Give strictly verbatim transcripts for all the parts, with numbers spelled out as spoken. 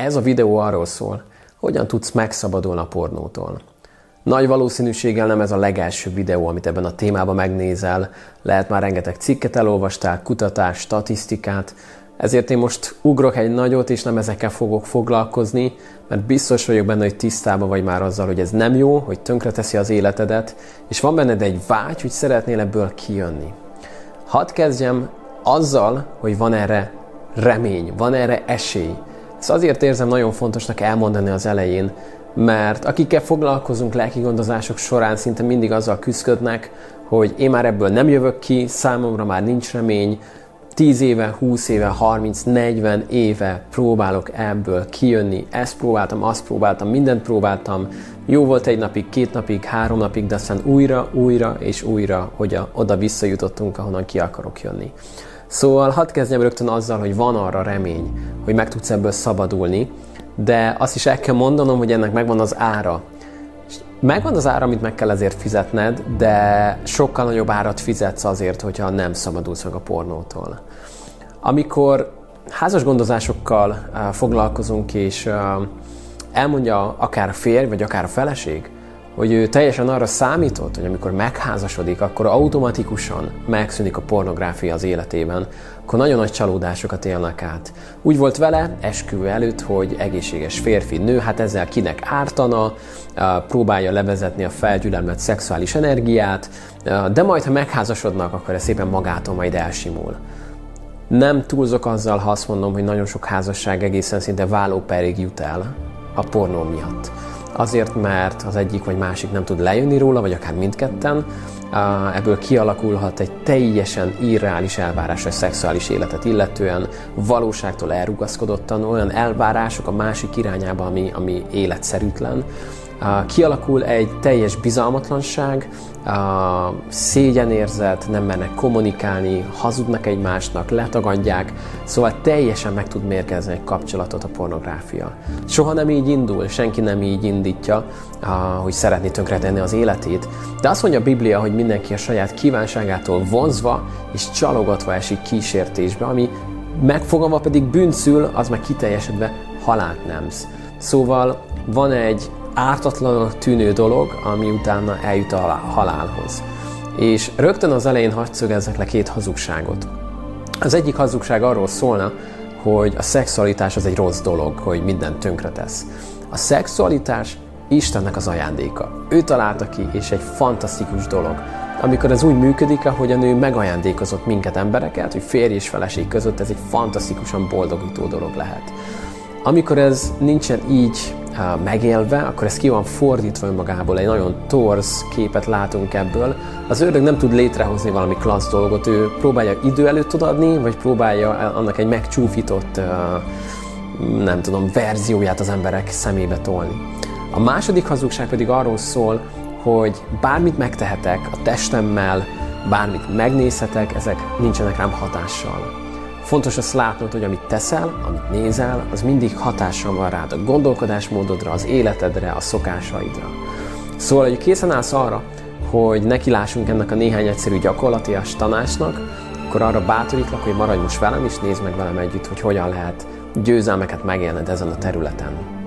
Ez a videó arról szól, hogyan tudsz megszabadulni a pornótól. Nagy valószínűséggel nem ez a legelső videó, amit ebben a témában megnézel. Lehet már rengeteg cikket elolvastál, kutatást, statisztikát, ezért én most ugrok egy nagyot, és nem ezekkel fogok foglalkozni, mert biztos vagyok benne, hogy tisztában vagy már azzal, hogy ez nem jó, hogy tönkreteszi az életedet, és van benned egy vágy, hogy szeretnél ebből kijönni. Hadd kezdjem azzal, hogy van erre remény, van erre esély. Ezt azért érzem nagyon fontosnak elmondani az elején, mert akikkel foglalkozunk lelkigondozások során szinte mindig azzal küzdködnek, hogy én már ebből nem jövök ki, számomra már nincs remény, tíz éve, húsz éve, harminc, negyven éve próbálok ebből kijönni, ezt próbáltam, azt próbáltam, mindent próbáltam, jó volt egy napig, két napig, három napig, de aztán újra, újra és újra, hogy a, oda visszajutottunk, ahonnan ki akarok jönni. Szóval hadd kezdjem rögtön azzal, hogy van arra remény, hogy meg tudsz ebből szabadulni, de azt is el kell mondanom, hogy ennek megvan az ára. Megvan az ára, amit meg kell ezért fizetned, de sokkal nagyobb árat fizetsz azért, hogyha nem szabadulsz meg a pornótól. Amikor házas gondozásokkal foglalkozunk, és elmondja akár a férj, vagy akár a feleség, hogy ő teljesen arra számított, hogy amikor megházasodik, akkor automatikusan megszűnik a pornográfia az életében, akkor nagyon nagy csalódásokat élnek át. Úgy volt vele esküvő előtt, hogy egészséges férfi, nő, hát ezzel kinek ártana, próbálja levezetni a felgyülemlett szexuális energiát, de majd, ha megházasodnak, akkor ez szépen magától majd elsimul. Nem túlzok azzal, ha azt mondom, hogy nagyon sok házasság egészen szinte vállóperig jut el a pornó miatt. Azért, mert az egyik vagy másik nem tud lejönni róla, vagy akár mindketten, ebből kialakulhat egy teljesen irreális elvárás a szexuális életet illetően, valóságtól elrugaszkodottan, olyan elvárások a másik irányába, ami, ami életszerűtlen. Kialakul egy teljes bizalmatlanság, szégyenérzet, nem mernek kommunikálni, hazudnak egymásnak, letagadják, szóval teljesen meg tud mérgezni egy kapcsolatot a pornográfia. Soha nem így indul, senki nem így indítja, hogy szeretné tönkretenni az életét, de azt mondja a Biblia, hogy mindenki a saját kívánságától vonzva és csalogatva esik kísértésbe, ami megfogalma pedig bűnszül, az meg kiteljesedve halált nemz. Szóval van egy ártatlanul tűnő dolog, ami utána eljut a halálhoz. És rögtön az elején hadd szögezzek le két hazugságot. Az egyik hazugság arról szólna, hogy a szexualitás az egy rossz dolog, hogy mindent tönkretesz. A szexualitás Istennek az ajándéka. Ő találta ki, és egy fantasztikus dolog. Amikor ez úgy működik, ahogy a nő megajándékozott minket embereket, hogy férj és feleség között, ez egy fantasztikusan boldogító dolog lehet. Amikor ez nincsen így uh, megélve, akkor ez ki van fordítva önmagából, egy nagyon torz képet látunk ebből. Az ördög nem tud létrehozni valami klassz dolgot, ő próbálja idő előtt odaadni, vagy próbálja annak egy megcsúfított, uh, nem tudom, verzióját az emberek szemébe tolni. A második hazugság pedig arról szól, hogy bármit megtehetek a testemmel, bármit megnézhetek, ezek nincsenek rám hatással. Fontos azt látnod, hogy amit teszel, amit nézel, az mindig hatással van rád a gondolkodásmódodra, az életedre, a szokásaidra. Szóval, hogy készen állsz arra, hogy nekilássunk ennek a néhány egyszerű gyakorlatias tanácsnak, akkor arra bátorítlak, hogy maradj most velem, és nézd meg velem együtt, hogy hogyan lehet győzelmeket megélned ezen a területen.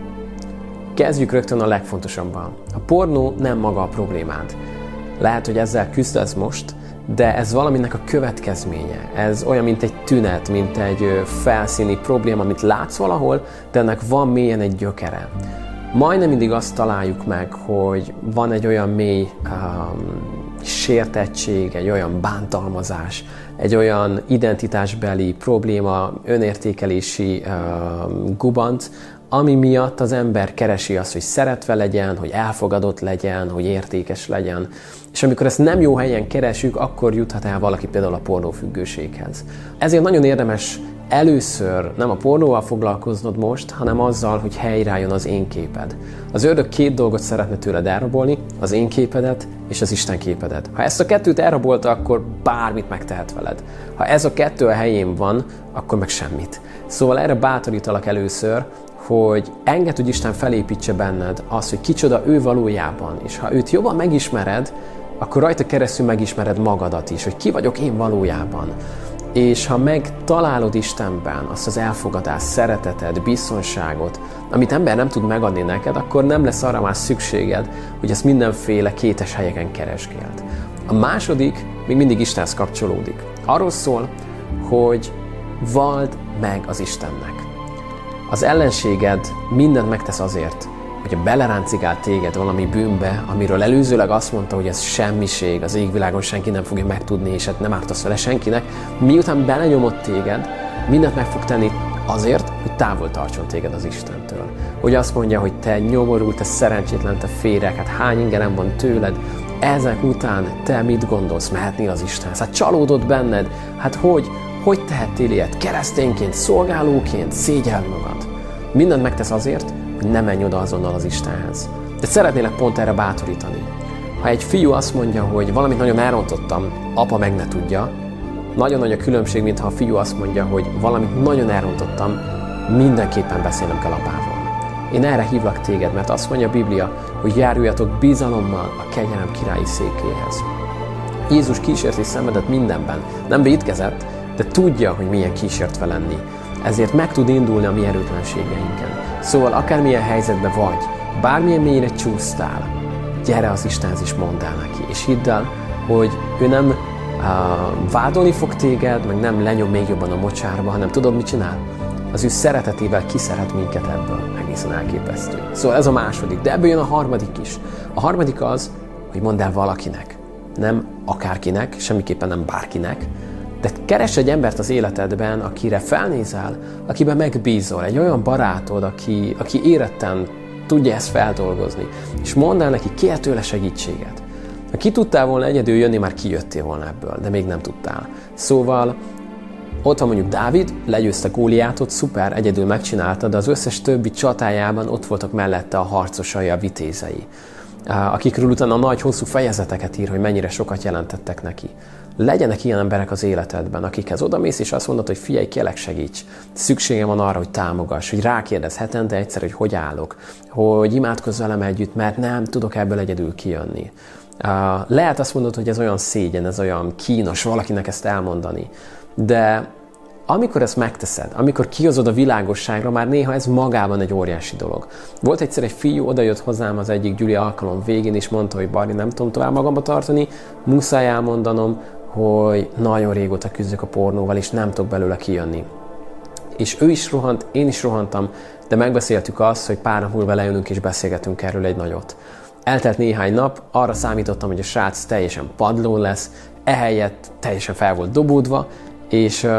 Kezdjük rögtön a legfontosabban. A pornó nem maga a problémád. Lehet, hogy ezzel küzdesz most, de ez valaminek a következménye. Ez olyan, mint egy tünet, mint egy felszíni probléma, amit látsz valahol, de ennek van mélyen egy gyökere. Majdnem mindig azt találjuk meg, hogy van egy olyan mély um, sértettség, egy olyan bántalmazás, egy olyan identitásbeli probléma, önértékelési um, gubanc, ami miatt az ember keresi azt, hogy szeretve legyen, hogy elfogadott legyen, hogy értékes legyen. És amikor ezt nem jó helyen keresünk, akkor juthat el valaki például a pornófüggőséghez. Ezért nagyon érdemes először nem a pornóval foglalkoznod most, hanem azzal, hogy helyreálljon az én képed. Az ördög két dolgot szeretne tőled elrabolni, az én képedet és az Isten képedet. Ha ezt a kettőt elrabolta, akkor bármit megtehet veled. Ha ez a kettő a helyén van, akkor meg semmit. Szóval erre bátorítalak először, hogy engedd, hogy Isten felépítse benned azt, hogy kicsoda ő valójában, és ha őt jobban megismered, akkor rajta keresztül megismered magadat is, hogy ki vagyok én valójában. És ha megtalálod Istenben azt az elfogadást, szeretetet, biztonságot, amit ember nem tud megadni neked, akkor nem lesz arra már szükséged, hogy ezt mindenféle kétes helyeken keresgéld. A második még mindig Istenhez kapcsolódik. Arról szól, hogy valld meg az Istennek. Az ellenséged mindent megtesz azért, hogyha beleráncigál téged valami bűnbe, amiről előzőleg azt mondta, hogy ez semmiség, az égvilágon senki nem fogja megtudni, és hát nem ártasz vele senkinek, miután belenyomott téged, mindent meg fog tenni azért, hogy távol tartson téged az Istentől. Hogy azt mondja, hogy te nyomorult, te szerencsétlen, te féreg, hát hány ingerem van tőled, ezek után te mit gondolsz, mehetnél az Istenhez? Hát csalódott benned, hát hogy, hogy tehettél ilyet? Keresztényként, szolgálóként, szégyeld magad. Mindent megtesz azért, hogy ne menj oda azonnal az Istenhez. De szeretnélek pont erre bátorítani. Ha egy fiú azt mondja, hogy valamit nagyon elrontottam, apa meg ne tudja, nagyon nagy a különbség, mintha a fiú azt mondja, hogy valamit nagyon elrontottam, mindenképpen beszélnem kell apával. Én erre hívlak téged, mert azt mondja a Biblia, hogy járuljatok bizalommal a kegyelem királyi székéhez. Jézus kísért és szenvedett mindenben. Nem vétkezett, de tudja, hogy milyen kísértve lenni. Ezért meg tud indulni a mi erőtlenségeinken. Szóval akármilyen helyzetben vagy, bármilyen mélyre csúsztál, gyere az Istenhez és mondd el neki. És hidd el, hogy ő nem uh, vádolni fog téged, meg nem lenyom még jobban a mocsárba, hanem tudod, mit csinál? Az ő szeretetével kiszeret minket ebből. Egészen elképesztő. Szóval ez a második, de ebből jön a harmadik is. A harmadik az, hogy mondd el valakinek. Nem akárkinek, semmiképpen nem bárkinek, de keresd egy embert az életedben, akire felnézel, akiben megbízol, egy olyan barátod, aki, aki éretten tudja ezt feldolgozni, és mondd el neki, kér tőle segítséget. Ha ki tudtál volna egyedül jönni, már kijöttél volna ebből, de még nem tudtál. Szóval ott van mondjuk Dávid, legyőzte Góliátot, szuper, egyedül megcsinálta, de az összes többi csatájában ott voltak mellette a harcosai, a vitézei, akikről utána a nagy, hosszú fejezeteket ír, hogy mennyire sokat jelentettek neki. Legyenek ilyen emberek az életedben, akikhez odamész, és azt mondod, hogy figyelj, kérlek segíts. Szükségem van arra, hogy támogass, hogy rákérdez hetente egyszer, hogy hogy állok, hogy imádkozz velem együtt, mert nem tudok ebből egyedül kijönni. Lehet azt mondod, hogy ez olyan szégyen, ez olyan kínos valakinek ezt elmondani, de amikor ezt megteszed, amikor kihozod a világosságra, már néha ez magában egy óriási dolog. Volt egyszer egy fiú, odajött hozzám az egyik gyüli alkalom végén, és mondta, hogy Barni, nem tudom tovább magamba tartani, muszáj elmondanom, hogy nagyon régóta küzdök a pornóval, és nem tudok belőle kijönni. És ő is rohant, én is rohantam, de megbeszéltük azt, hogy pár nap múlva leülünk és beszélgetünk erről egy nagyot. Eltelt néhány nap, arra számítottam, hogy a srác teljesen padlón lesz, ehelyett teljesen fel volt dobódva, és uh,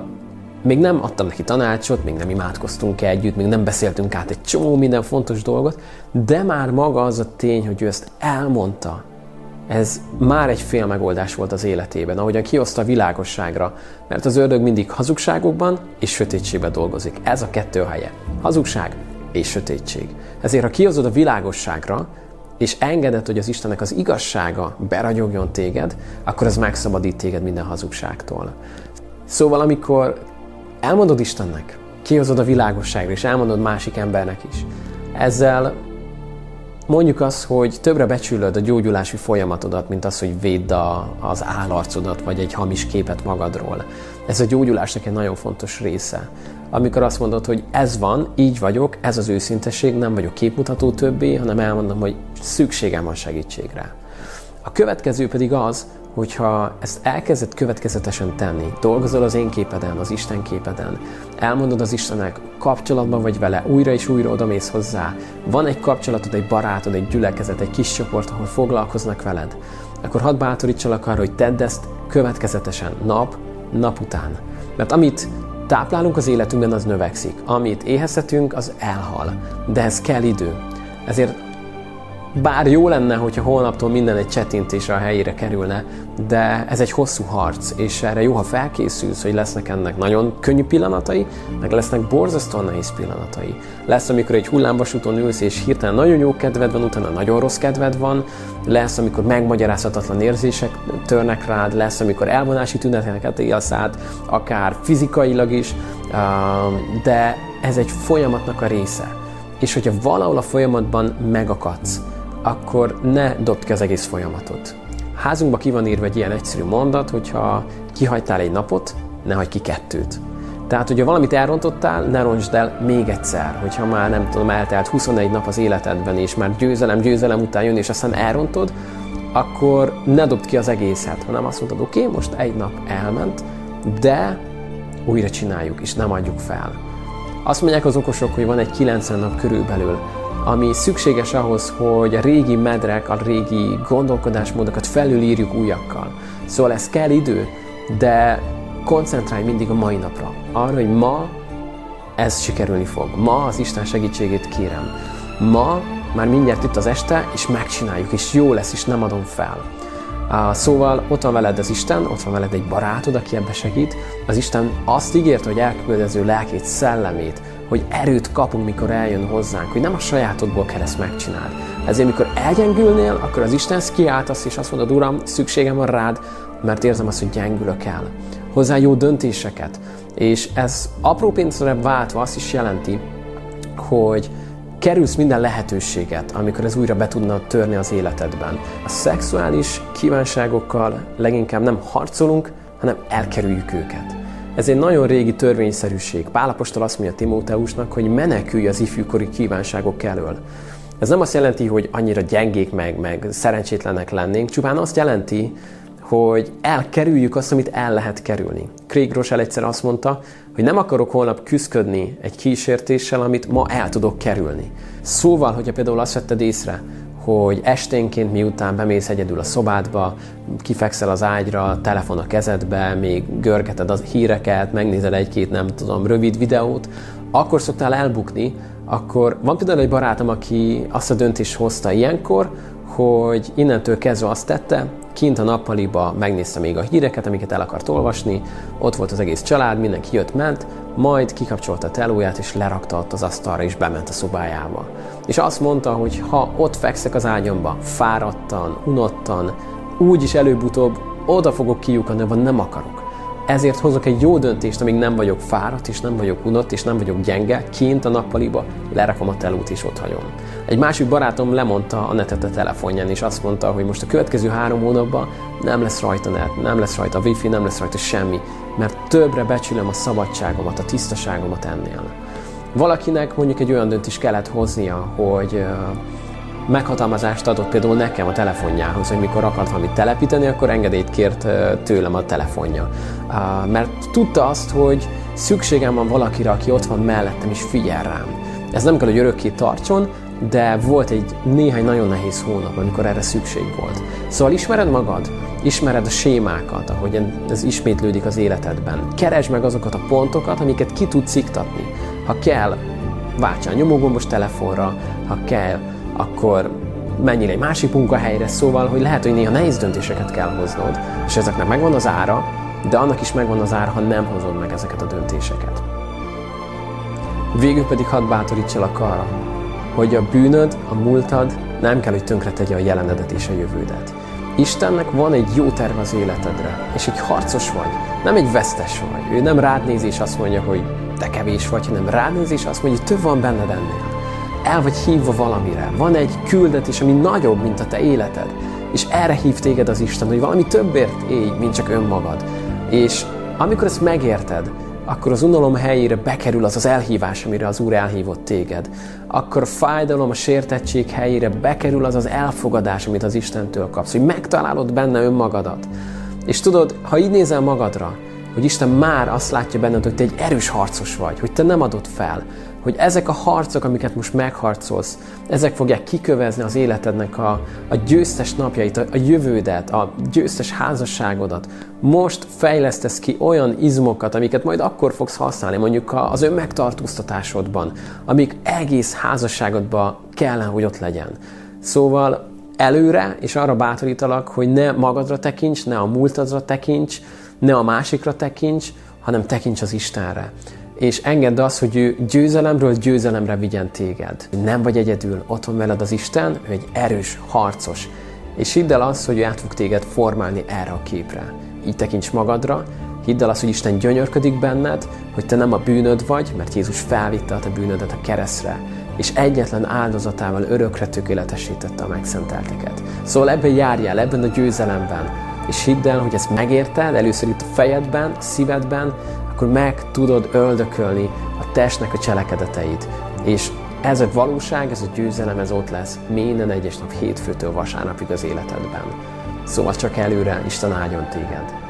még nem adtam neki tanácsot, még nem imádkoztunk együtt, még nem beszéltünk át egy csomó minden fontos dolgot, de már maga az a tény, hogy ő ezt elmondta, ez már egy fél megoldás volt az életében, ahogyan kihozta a világosságra, mert az ördög mindig hazugságokban és sötétségben dolgozik. Ez a kettő helye. Hazugság és sötétség. Ezért, ha kihozod a világosságra, és engeded, hogy az Istennek az igazsága beragyogjon téged, akkor ez megszabadít téged minden hazugságtól. Szóval, amikor elmondod Istennek, kihozod a világosságra, és elmondod másik embernek is, ezzel mondjuk azt, hogy többre becsülöd a gyógyulási folyamatodat, mint az, hogy védd a, az állarcodat, vagy egy hamis képet magadról. Ez a gyógyulásnak egy nagyon fontos része. Amikor azt mondod, hogy ez van, így vagyok, ez az őszintesség, nem vagyok képmutató többé, hanem elmondom, hogy szükségem van segítségre. A következő pedig az, hogyha ezt elkezded következetesen tenni, dolgozol az én képeden, az Isten képeden, elmondod az Istennek, kapcsolatban vagy vele, újra és újra odamész hozzá, van egy kapcsolatod, egy barátod, egy gyülekezet, egy kis csoport, ahol foglalkoznak veled, akkor hadd bátorítsalak arra, hogy tedd ezt következetesen, nap, nap után. Mert amit táplálunk az életünkben, az növekszik. Amit éhezhetünk, az elhal. De ez kell idő. Ezért bár jó lenne, hogyha holnaptól minden egy csettintésre a helyére kerülne, de ez egy hosszú harc, és erre jó, ha felkészülsz, hogy lesznek ennek nagyon könnyű pillanatai, meg lesznek borzasztóan nehéz pillanatai. Lesz, amikor egy hullámvasúton ülsz, és hirtelen nagyon jó kedved van, utána nagyon rossz kedved van, lesz, amikor megmagyarázhatatlan érzések törnek rád, lesz, amikor elvonási tüneteket élsz át, akár fizikailag is, de ez egy folyamatnak a része. És hogyha valahol a folyamatban megakadsz, akkor ne dobd ki az egész folyamatot. Házunkba ki van írva egy ilyen egyszerű mondat, hogyha kihagytál egy napot, ne hagyj ki kettőt. Tehát, hogyha valamit elrontottál, ne rontsd el még egyszer. Hogyha már nem tudom, eltelt huszonegy nap az életedben, és már győzelem, győzelem után jön, és aztán elrontod, akkor ne dobd ki az egészet, hanem azt mondod, oké, okay, most egy nap elment, de újra csináljuk, és nem adjuk fel. Azt mondják az okosok, hogy van egy kilencven nap körülbelül, ami szükséges ahhoz, hogy a régi medrek, a régi gondolkodásmódokat felülírjuk újakkal. Szóval ez kell idő, de koncentrálj mindig a mai napra. Arra, hogy ma ez sikerülni fog. Ma az Isten segítségét kérem. Ma már mindjárt itt az este, és megcsináljuk, és jó lesz, és nem adom fel. Uh, szóval ott van veled az Isten, ott van veled egy barátod, aki ebbe segít. Az Isten azt ígérte, hogy elküld az ő lelkét, szellemét, hogy erőt kapunk, mikor eljön hozzánk, hogy nem a sajátodból kell ezt megcsinálni. Ezért, mikor elgyengülnél, akkor az Istenhez kiáltasz, és azt mondod, Uram, szükségem van rád, mert érzem azt, hogy gyengülök el. Hozzá jó döntéseket. És ez apró pénzre váltva azt is jelenti, hogy kerülsz minden lehetőséget, amikor ez újra be tudna törni az életedben. A szexuális kívánságokkal leginkább nem harcolunk, hanem elkerüljük őket. Ez egy nagyon régi törvényszerűség. Pál apostol azt mondja Timóteusnak, hogy menekülj az ifjúkori kívánságok elől. Ez nem azt jelenti, hogy annyira gyengék meg, meg szerencsétlenek lennénk, csupán azt jelenti, hogy elkerüljük azt, amit el lehet kerülni. Craig Rochelle egyszer azt mondta, hogy nem akarok holnap küszködni egy kísértéssel, amit ma el tudok kerülni. Szóval, hogyha például azt vetted észre, hogy esténként miután bemész egyedül a szobádba, kifekszel az ágyra, telefon a kezedbe, még görgeted a híreket, megnézed egy-két, nem tudom, rövid videót, akkor szoktál elbukni, akkor van például egy barátom, aki azt a döntést hozta ilyenkor, hogy innentől kezdve azt tette, kint a nappaliba megnézte még a híreket, amiket el akart olvasni, ott volt az egész család, mindenki jött-ment, majd kikapcsolta a telóját, és lerakta ott az asztalra, és bement a szobájába. És azt mondta, hogy ha ott fekszek az ágyamba, fáradtan, unottan, úgyis előbb-utóbb oda fogok kiukadni, vagy nem akarok. Ezért hozok egy jó döntést, amíg nem vagyok fáradt, és nem vagyok unott, és nem vagyok gyenge, kint a nappaliba, lerakom a telót, és ott hagyom. Egy másik barátom lemondta a netet a telefonján, és azt mondta, hogy most a következő három hónapban nem lesz rajta net, nem lesz rajta wifi, nem lesz rajta semmi, mert többre becsülöm a szabadságomat, a tisztaságomat ennél. Valakinek mondjuk egy olyan döntést kellett hoznia, hogy meghatalmazást adott például nekem a telefonjához, hogy mikor akart valamit telepíteni, akkor engedélyt kért tőlem a telefonja. Mert tudta azt, hogy szükségem van valakire, aki ott van mellettem és figyel rám. Ez nem kell, hogy örökké tartson, de volt egy néhány nagyon nehéz hónap, amikor erre szükség volt. Szóval ismered magad, ismered a sémákat, ahogy ez ismétlődik az életedben. Keresd meg azokat a pontokat, amiket ki tudsz iktatni. Ha kell, váltsál nyomógombos telefonra, ha kell, akkor menjél egy másik munkahelyre, szóval, hogy lehet, hogy néha nehéz döntéseket kell hoznod, és ezeknek megvan az ára, de annak is megvan az ára, ha nem hozod meg ezeket a döntéseket. Végül pedig hadd bátorítsalak arra, hogy a bűnöd, a múltad nem kell, hogy tönkretegye a jelenedet és a jövődet. Istennek van egy jó terve az életedre, és egy harcos vagy, nem egy vesztes vagy. Ő nem rád néz és azt mondja, hogy te kevés vagy, hanem rád néz és azt mondja, hogy több van benned ennél. El vagy hívva valamire. Van egy küldetés, ami nagyobb, mint a te életed. És erre hív téged az Isten, hogy valami többért élj, mint csak önmagad. És amikor ezt megérted, akkor az unalom helyére bekerül az az elhívás, amire az Úr elhívott téged. Akkor a fájdalom, a sértettség helyére bekerül az az elfogadás, amit az Istentől kapsz, hogy megtalálod benne önmagadat. És tudod, ha így nézel magadra, hogy Isten már azt látja benned, hogy te egy erős harcos vagy, hogy te nem adod fel, hogy ezek a harcok, amiket most megharcolsz, ezek fogják kikövezni az életednek a, a győztes napjait, a, a jövődet, a győztes házasságodat. Most fejlesztesz ki olyan izmokat, amiket majd akkor fogsz használni, mondjuk az önmegtartóztatásodban, amik egész házasságodban kellene, hogy ott legyen. Szóval előre, és arra bátorítalak, hogy ne magadra tekints, ne a múltadra tekints, ne a másikra tekints, hanem tekints az Istenre. És engedd azt, hogy ő győzelemről győzelemre vigyen téged. Nem vagy egyedül, ott van veled az Isten, ő egy erős, harcos. És hidd el azt, hogy ő át fog téged formálni erre a képre. Így tekints magadra, hidd el azt, hogy Isten gyönyörködik benned, hogy te nem a bűnöd vagy, mert Jézus felvitte a te bűnödet a keresztre, és egyetlen áldozatával örökre tökéletesítette a megszentelteket. Szóval ebben járjál, ebben a győzelemben, és hidd el, hogy ezt megérted, először itt a fejedben, a szívedben, akkor meg tudod öldökölni a testnek a cselekedeteit. És ez a valóság, ez a győzelem, ez ott lesz minden egyes nap hétfőtől vasárnapig az életedben. Szóval csak előre, Isten áldjon téged!